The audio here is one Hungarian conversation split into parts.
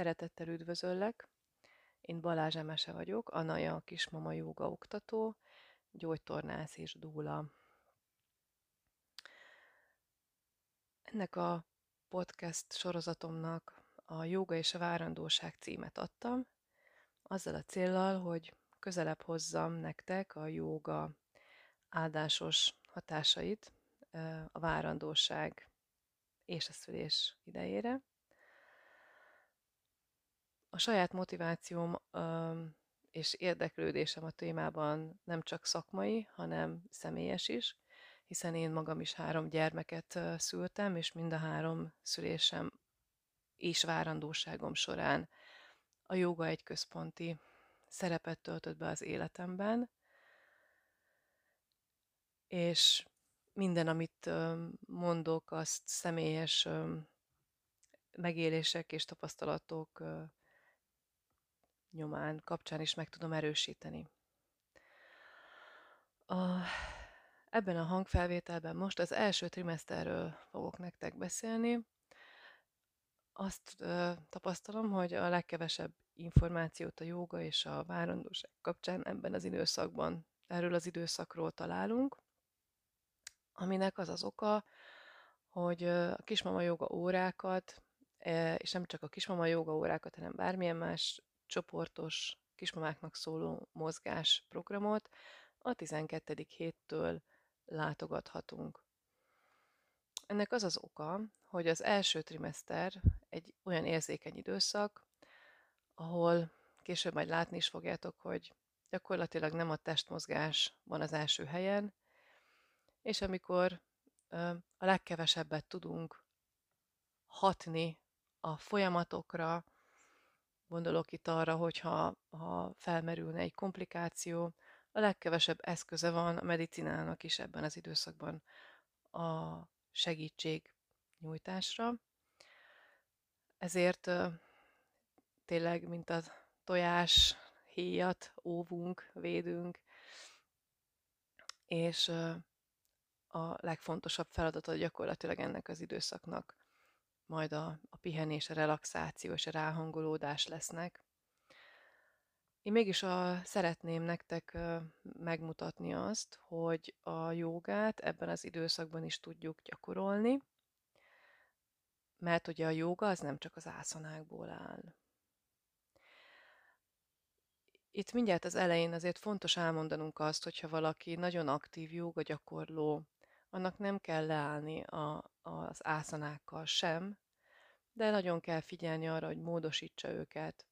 Szeretettel üdvözöllek. Én Balázs Emese vagyok, Anaja kismama jóga oktató, gyógytornász és dúla. Ennek a podcast sorozatomnak a Jóga és a várandóság címet adtam, azzal a céllal, hogy közelebb hozzam nektek a jóga áldásos hatásait a várandóság és a szülés idejére. A saját motivációm és érdeklődésem a témában nem csak szakmai, hanem személyes is, hiszen én magam is 3 gyermeket szültem, és mind a 3 szülésem és várandóságom során a jóga egy központi szerepet töltött be az életemben, és minden, amit mondok, azt személyes megélések és tapasztalatok nyomán, kapcsán is meg tudom erősíteni. Ebben a hangfelvételben most az első trimeszterről fogok nektek beszélni. Azt tapasztalom, hogy a legkevesebb információt a jóga és a várandóság kapcsán ebben az időszakban, erről az időszakról találunk, aminek az az oka, hogy a kismama jóga órákat, és nem csak a kismama jóga órákat, hanem bármilyen más csoportos kismamáknak szóló mozgás programot a 12. héttől látogathatunk. Ennek az az oka, hogy az első trimeszter egy olyan érzékeny időszak, ahol később majd látni is fogjátok, hogy gyakorlatilag nem a testmozgás van az első helyen, és amikor a legkevesebbet tudunk hatni a folyamatokra, gondolok itt arra, hogyha felmerülne egy komplikáció, a legkevesebb eszköze van a medicinának is ebben az időszakban a segítség nyújtásra. Ezért tényleg, mint a tojás héjat óvunk, védünk, és a legfontosabb feladata gyakorlatilag ennek az időszaknak majd a pihenés, a relaxáció és a ráhangolódás lesznek. Én mégis szeretném nektek megmutatni azt, hogy a jógát ebben az időszakban is tudjuk gyakorolni, mert ugye a jóga az nem csak az ászanákból áll. Itt mindjárt az elején azért fontos elmondanunk azt, hogyha valaki nagyon aktív jóga gyakorló, annak nem kell leállni az ászanákkal sem, de nagyon kell figyelni arra, hogy módosítsa őket,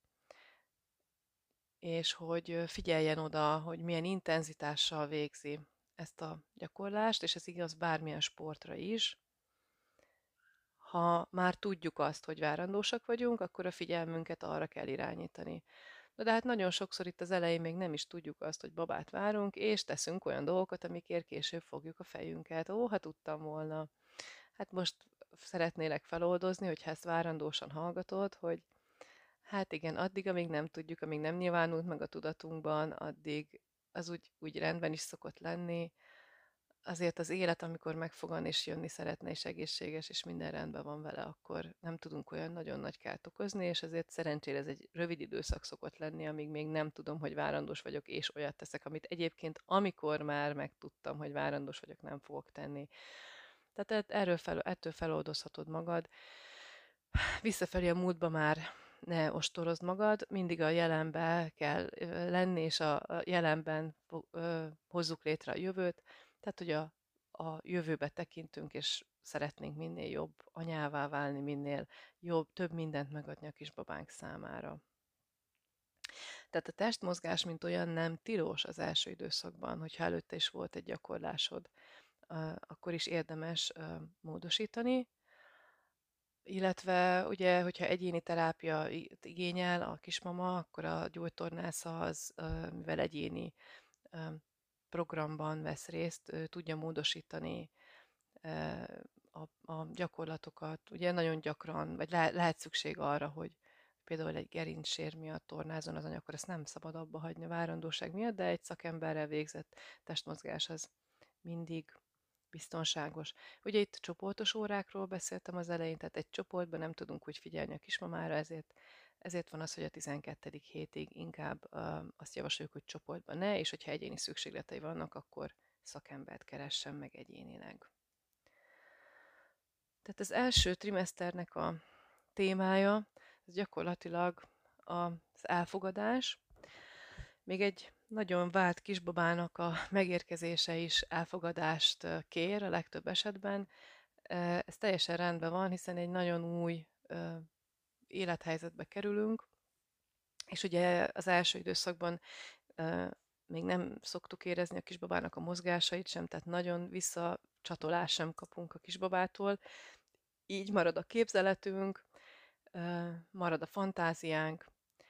és hogy figyeljen oda, hogy milyen intenzitással végzi ezt a gyakorlást, és ez igaz bármilyen sportra is. Ha már tudjuk azt, hogy várandósak vagyunk, akkor a figyelmünket arra kell irányítani. De hát nagyon sokszor itt az elején még nem is tudjuk azt, hogy babát várunk, és teszünk olyan dolgokat, amikért később fogjuk a fejünket. Ó, hát tudtam volna. Hát most szeretnélek feloldozni, hogyha ezt várandósan hallgatod, hogy hát igen, addig, amíg nem tudjuk, amíg nem nyilvánult meg a tudatunkban, addig az úgy rendben is szokott lenni. Azért az élet, amikor megfogan és jönni szeretne, és egészséges, és minden rendben van vele, akkor nem tudunk olyan nagyon nagy kárt okozni, és ezért szerencsére ez egy rövid időszak szokott lenni, amíg még nem tudom, hogy várandós vagyok, és olyat teszek, amit egyébként, amikor már megtudtam, hogy várandós vagyok, nem fogok tenni. Tehát ettől feloldozhatod magad. Visszafelé a múltba már ne ostorozd magad, mindig a jelenben kell lenni, és a jelenben hozzuk létre a jövőt, tehát hogy a jövőbe tekintünk, és szeretnénk minél jobb anyává válni, minél több mindent megadni a kisbabánk számára. Tehát a testmozgás, mint olyan, nem tilos az első időszakban, hogyha előtte is volt egy gyakorlásod, akkor is érdemes módosítani, illetve ugye, hogyha egyéni terápia igényel a kismama, akkor a gyógytornásza az, mivel egyéni programban vesz részt, tudja módosítani a gyakorlatokat. Ugye nagyon gyakran, vagy lehet szükség arra, hogy például egy gerincsér miatt tornázon az anya, akkor ezt nem szabad abba hagyni a várandóság miatt, de egy szakemberrel végzett testmozgás az mindig biztonságos. Ugye itt csoportos órákról beszéltem az elején, tehát egy csoportban nem tudunk úgy figyelni a kismamára, ezért Ezért van az, hogy a 12. hétig inkább azt javasoljuk, hogy csoportban ne, és hogyha egyéni szükségletei vannak, akkor szakembert keressen meg egyénileg. Tehát az első trimeszternek a témája, ez gyakorlatilag az elfogadás. Még egy nagyon vált kisbabának a megérkezése is elfogadást kér a legtöbb esetben. Ez teljesen rendben van, hiszen egy nagyon új élethelyzetbe kerülünk, és ugye az első időszakban még nem szoktuk érezni a kisbabának a mozgásait sem, tehát nagyon visszacsatolást sem kapunk a kisbabától. Így marad a képzeletünk, marad a fantáziánk,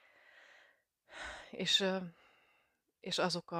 és azok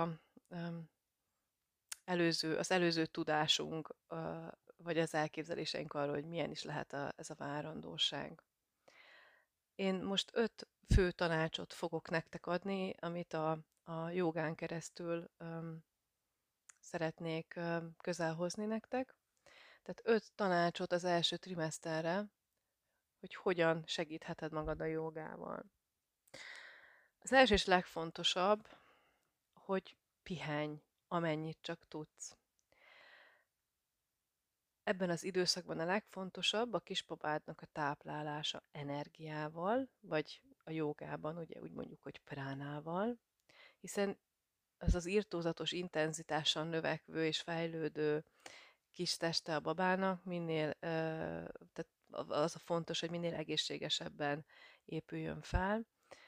az előző tudásunk, vagy az elképzeléseink arról, hogy milyen is lehet ez a várandóság. Én most 5 fő tanácsot fogok nektek adni, amit a jogán keresztül szeretnék közelhozni nektek. Tehát 5 tanácsot az első trimeszterre, hogy hogyan segítheted magad a jogával. Az első és legfontosabb, hogy pihenj, amennyit csak tudsz. Ebben az időszakban a legfontosabb a kisbabádnak a táplálása energiával, vagy a jogában ugye úgy mondjuk, hogy pránával, hiszen az az irtózatos intenzitással növekvő és fejlődő kis teste a babának, tehát az a fontos, hogy minél egészségesebben épüljön fel,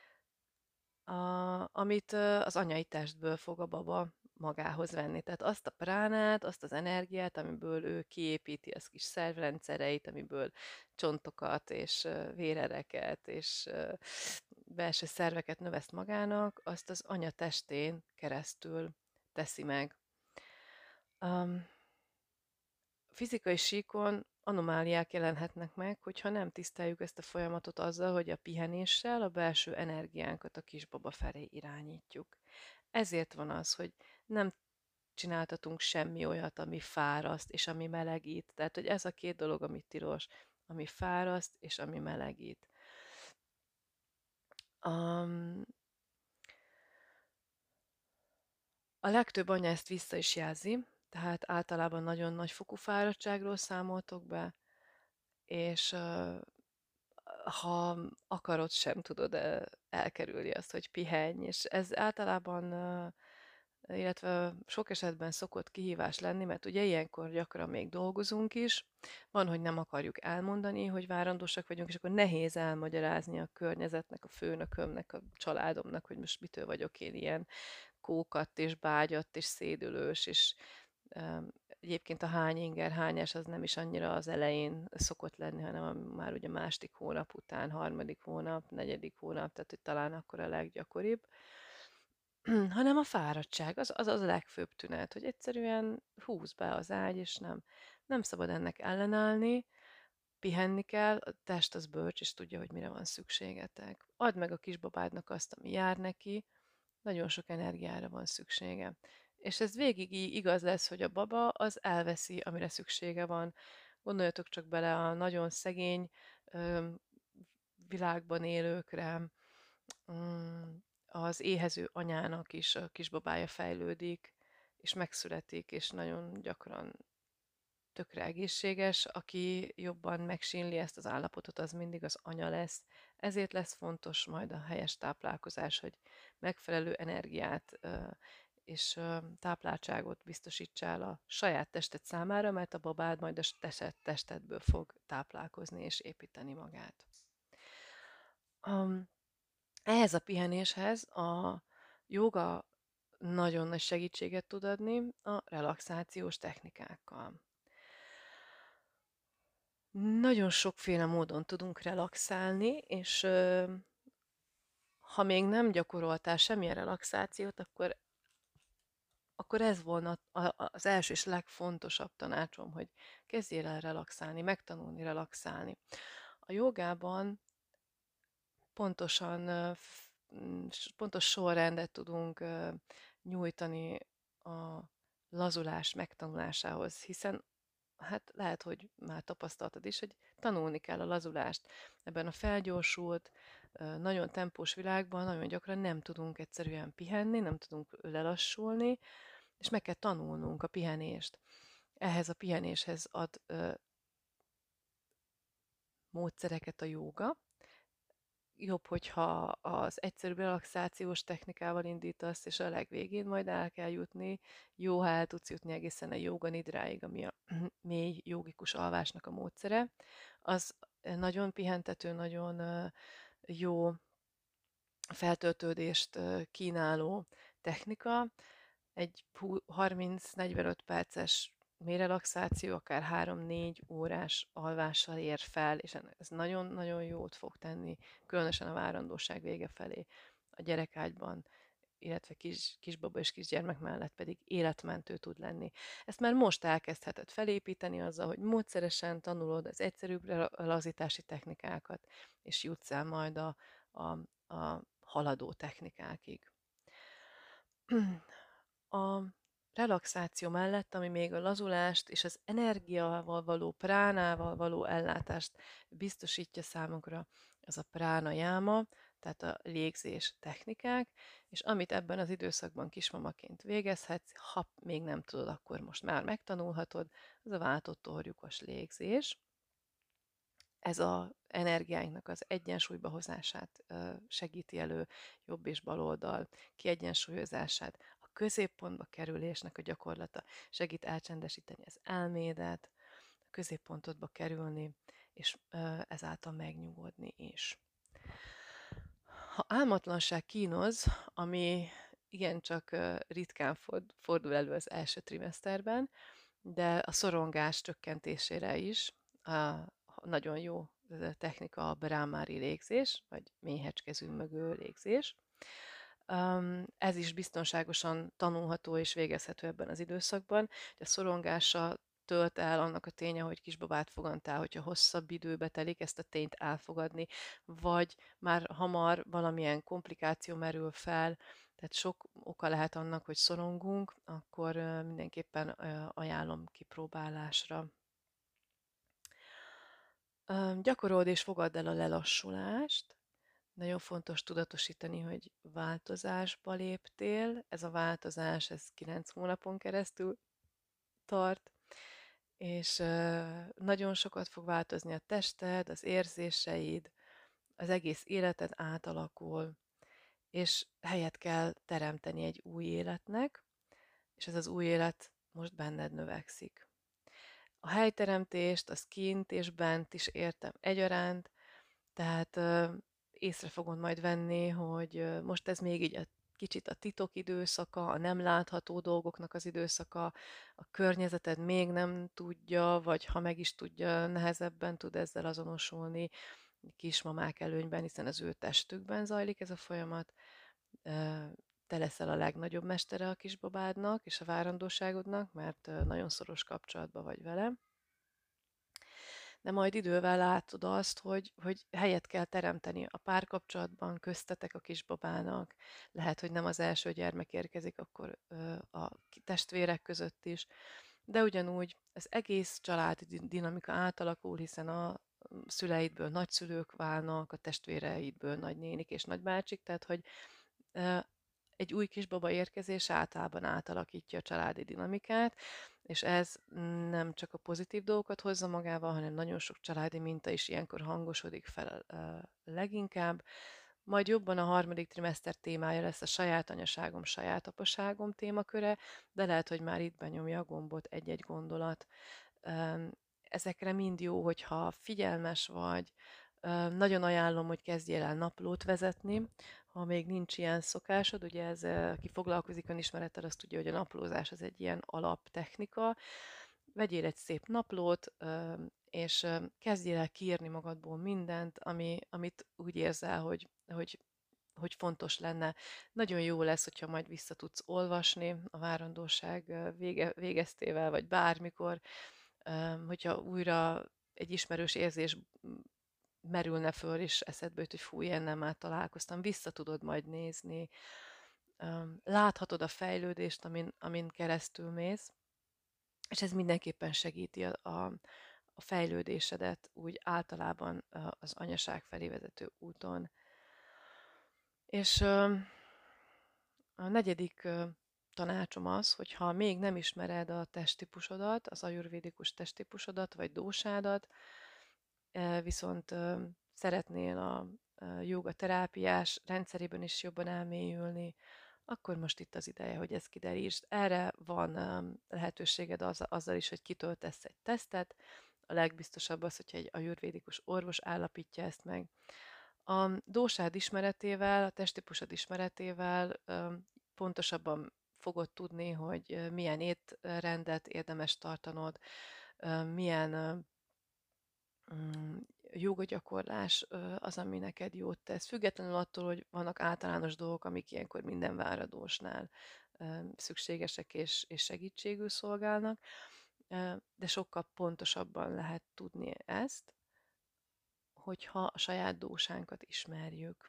amit az anyai testből fog a baba magához venni. Tehát azt a pránát, azt az energiát, amiből ő kiépíti az kis szervrendszereit, amiből csontokat és vérereket és belső szerveket növeszt magának, azt az anya testén keresztül teszi meg. Fizikai síkon anomáliák jelenhetnek meg, hogyha nem tiszteljük ezt a folyamatot azzal, hogy a pihenéssel a belső energiánkat a kisbaba felé irányítjuk. Ezért van az, hogy nem csináltatunk semmi olyat, ami fáraszt és ami melegít. Tehát, hogy ez a 2 dolog, ami tilos, ami fáraszt és ami melegít. A legtöbb anya ezt vissza is jelzi, tehát általában nagyon nagy fokú fáradtságról számoltok be, és ha akarod, sem tudod elkerülni azt, hogy pihenj, és ez általában, illetve sok esetben szokott kihívás lenni, mert ugye ilyenkor gyakran még dolgozunk is, van, hogy nem akarjuk elmondani, hogy várandósak vagyunk, és akkor nehéz elmagyarázni a környezetnek, a főnökömnek, a családomnak, hogy most mitől vagyok én ilyen kókadt és bágyadt és szédülős, és egyébként a hány inger, hányás az nem is annyira az elején szokott lenni, hanem már ugye második hónap után, harmadik hónap, negyedik hónap, tehát hogy talán akkor a leggyakoribb, hanem a fáradtság, az a legfőbb tünet, hogy egyszerűen húz be az ágy, és nem szabad ennek ellenállni, pihenni kell, a test az bölcs, és tudja, hogy mire van szükségetek. Add meg a kisbabádnak azt, ami jár neki, nagyon sok energiára van szüksége. És ez végig igaz lesz, hogy a baba az elveszi, amire szüksége van. Gondoljatok csak bele a nagyon szegény világban élőkre, az éhező anyának is a kisbabája fejlődik, és megszületik, és nagyon gyakran tökre egészséges, aki jobban megsínli ezt az állapotot, az mindig az anya lesz. Ezért lesz fontos majd a helyes táplálkozás, hogy megfelelő energiát és tápláltságot biztosítsál a saját tested számára, mert a babád majd a testedből fog táplálkozni és építeni magát. Ehhez a pihenéshez a jóga nagyon nagy segítséget tud adni a relaxációs technikákkal. Nagyon sokféle módon tudunk relaxálni, és ha még nem gyakoroltál semmilyen relaxációt, akkor ez volna az első és legfontosabb tanácsom, hogy kezdjél el relaxálni, megtanulni relaxálni. A jogában pontos sorrendet tudunk nyújtani a lazulás megtanulásához, hiszen hát lehet, hogy már tapasztaltad is, hogy tanulni kell a lazulást. Ebben a felgyorsult, nagyon tempós világban nagyon gyakran nem tudunk egyszerűen pihenni, nem tudunk lelassulni, és meg kell tanulnunk a pihenést. Ehhez a pihenéshez ad módszereket a jóga. Jobb, hogyha az egyszerű relaxációs technikával indítasz, és a legvégén majd el kell jutni, jó, ha el tudsz jutni egészen a jóga nidráig, ami a mély jogikus alvásnak a módszere. Az nagyon pihentető, nagyon jó feltöltődést kínáló technika. Egy 30-45 perces mélyrelaxáció, akár 3-4 órás alvással ér fel, és ez nagyon-nagyon jót fog tenni, különösen a várandóság vége felé a gyerekágyban, illetve kisbaba és kisgyermek mellett pedig életmentő tud lenni. Ezt már most elkezdheted felépíteni azzal, hogy módszeresen tanulod az egyszerűbb lazítási technikákat, és jutsz el majd a haladó technikákig. A relaxáció mellett, ami még a lazulást és az energiával való, pránával való ellátást biztosítja számunkra, az a prána jáma, tehát a légzés technikák, és amit ebben az időszakban kismamaként végezhetsz, ha még nem tudod, akkor most már megtanulhatod, az a váltott torjukos légzés. Ez az energiáinknak az egyensúlyba hozását segíti elő, jobb és bal oldal kiegyensúlyozását, a középpontba kerülésnek a gyakorlata segít elcsendesíteni az elmédet, a középpontodba kerülni, és ezáltal megnyugodni is. Ha álmatlanság kínoz, ami igencsak ritkán fordul elő az első trimeszterben, de a szorongás csökkentésére is nagyon jó technika a Brahmari légzés, vagy mélyhecskező mögő légzés. Ez is biztonságosan tanulható és végezhető ebben az időszakban. A szorongással tölt el annak a ténye, hogy kisbabát fogantál, hogyha hosszabb időbe telik ezt a tényt elfogadni, vagy már hamar valamilyen komplikáció merül fel, tehát sok oka lehet annak, hogy szorongunk, akkor mindenképpen ajánlom kipróbálásra. Gyakorold és fogadd el a lelassulást. Nagyon fontos tudatosítani, hogy változásba léptél. Ez a változás, ez 9 hónapon keresztül tart, és nagyon sokat fog változni a tested, az érzéseid, az egész életed átalakul, és helyet kell teremteni egy új életnek, és ez az új élet most benned növekszik. A helyteremtést, az kint és bent is értem egyaránt, tehát észre fogod majd venni, hogy most ez még így kicsit a titok időszaka, a nem látható dolgoknak az időszaka, a környezeted még nem tudja, vagy ha meg is tudja, nehezebben tud ezzel azonosulni kismamák előnyben, hiszen az ő testükben zajlik ez a folyamat. Te leszel a legnagyobb mestere a kisbabádnak és a várandóságodnak, mert nagyon szoros kapcsolatban vagy vele. De majd idővel látod azt, hogy helyet kell teremteni a párkapcsolatban, köztetek a kisbabának. Lehet, hogy nem az első gyermek érkezik, akkor a testvérek között is. De ugyanúgy az egész családi dinamika átalakul, hiszen a szüleidből nagyszülők válnak, a testvéreidből nagynénik és nagybácsik, tehát hogy egy új kisbaba érkezése általában átalakítja a családi dinamikát, és ez nem csak a pozitív dolgokat hozza magával, hanem nagyon sok családi minta is ilyenkor hangosodik fel leginkább. Majd jobban a harmadik trimeszter témája lesz a saját anyaságom, saját apaságom témaköre, de lehet, hogy már itt benyomja a gombot egy-egy gondolat. Ezekre mind jó, hogyha figyelmes vagy. Nagyon ajánlom, hogy kezdjél el naplót vezetni, ha még nincs ilyen szokásod. Ugye ez, aki foglalkozik önismerettel, azt tudja, hogy a naplózás az egy ilyen alaptechnika. Vegyél egy szép naplót, és kezdjél el kiírni magadból mindent, amit úgy érzel, hogy fontos lenne. Nagyon jó lesz, hogyha majd vissza tudsz olvasni a várandóság végeztével, vagy bármikor, hogyha újra egy ismerős érzés merülne föl, és eszedbe jut, hogy fú, ilyennel már találkoztam, vissza tudod majd nézni, láthatod a fejlődést, amin keresztül mész, és ez mindenképpen segíti a fejlődésedet úgy általában az anyaság felé vezető úton. És a negyedik tanácsom az, hogy ha még nem ismered a testtípusodat, az ajurvédikus testtípusodat, vagy dósádat, viszont szeretnél a jóga terápiás rendszerében is jobban elmélyülni, akkor most itt az ideje, hogy ezt kiderítsd. Erre van lehetőséged azzal is, hogy kitöltesz egy tesztet. A legbiztosabb az, hogyha egy ajurvédikus orvos állapítja ezt meg. A dósád ismeretével, a testtípusod ismeretével pontosabban fogod tudni, hogy milyen étrendet érdemes tartanod, milyen jógagyakorlás az, ami neked jót tesz. Függetlenül attól, hogy vannak általános dolgok, amik ilyenkor minden váradósnál szükségesek és segítségül szolgálnak, de sokkal pontosabban lehet tudni ezt, hogyha a saját dósánkat ismerjük.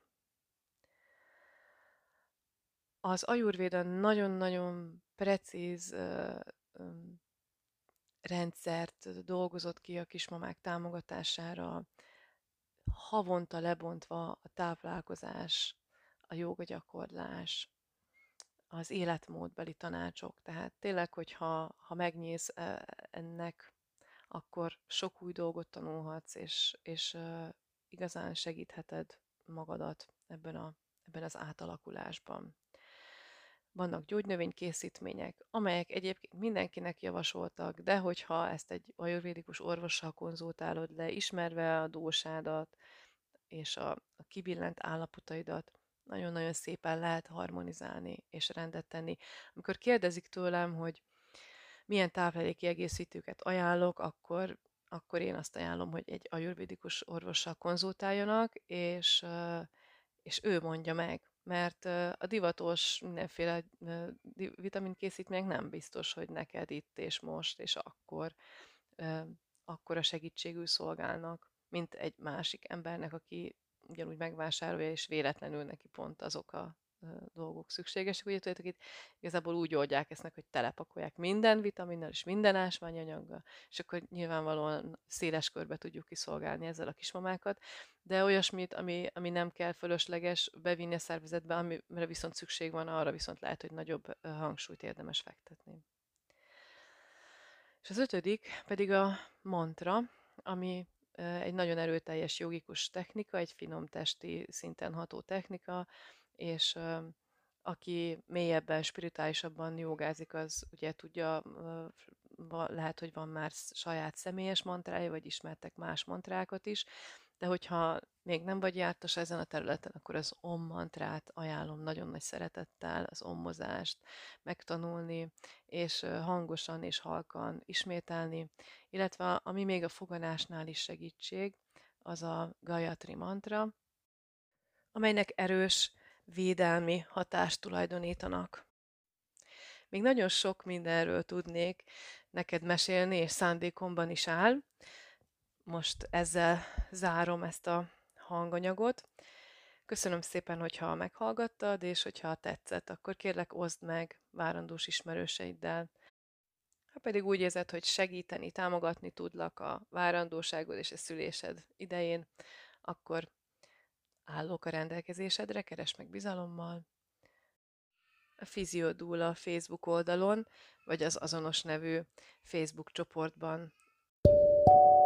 Az ajurvéda nagyon-nagyon precíz rendszert dolgozott ki a kismamák támogatására, havonta lebontva a táplálkozás, a jógagyakorlás, az életmódbeli tanácsok. Tehát tényleg, hogyha megnyílsz ennek, akkor sok új dolgot tanulhatsz, és igazán segítheted magadat ebben az átalakulásban. Vannak gyógynövénykészítmények, amelyek egyébként mindenkinek javasoltak, de hogyha ezt egy ajurvédikus orvossal konzultálod le, ismerve a dósádat és a kibillent állapotaidat, nagyon-nagyon szépen lehet harmonizálni és rendet tenni. Amikor kérdezik tőlem, hogy milyen táplálékkiegészítőket ajánlok, akkor én azt ajánlom, hogy egy ajurvédikus orvossal konzultáljanak, és ő mondja meg, mert a divatos mindenféle vitaminkészítmények nem biztos, hogy neked itt és most és akkor a segítségül szolgálnak, mint egy másik embernek, aki ugyanúgy megvásárolja, és véletlenül neki pont azok a dolgok szükségesek. Ugye tudjátok, itt igazából úgy oldják ezt meg, hogy telepakolják minden vitaminnal és minden ásványanyaggal, és akkor nyilvánvalóan széles körbe tudjuk kiszolgálni ezzel a kismamákat, de olyasmit, ami nem kell fölösleges bevinni a szervezetbe, amire viszont szükség van, arra viszont lehet, hogy nagyobb hangsúlyt érdemes fektetni. És az ötödik pedig a mantra, ami egy nagyon erőteljes jogikus technika, egy finom testi szinten ható technika, és aki mélyebben, spirituálisabban jogázik, az ugye tudja, lehet, hogy van már saját személyes mantrája, vagy ismertek más mantrákat is, de hogyha még nem vagy jártas ezen a területen, akkor az Om mantrát ajánlom nagyon nagy szeretettel, az ommozást megtanulni, és hangosan és halkan ismételni, illetve ami még a foganásnál is segítség, az a Gayatri mantra, amelynek erős védelmi hatást tulajdonítanak. Még nagyon sok mindenről tudnék neked mesélni, és szándékomban is áll. Most ezzel zárom ezt a hanganyagot. Köszönöm szépen, hogyha meghallgattad, és hogyha tetszett, akkor kérlek oszd meg várandós ismerőseiddel. Ha pedig úgy érzed, hogy segíteni, támogatni tudlak a várandóságod és a szülésed idején, akkor állok a rendelkezésedre, keresd meg bizalommal. A Physiodula Facebook oldalon, vagy az azonos nevű Facebook csoportban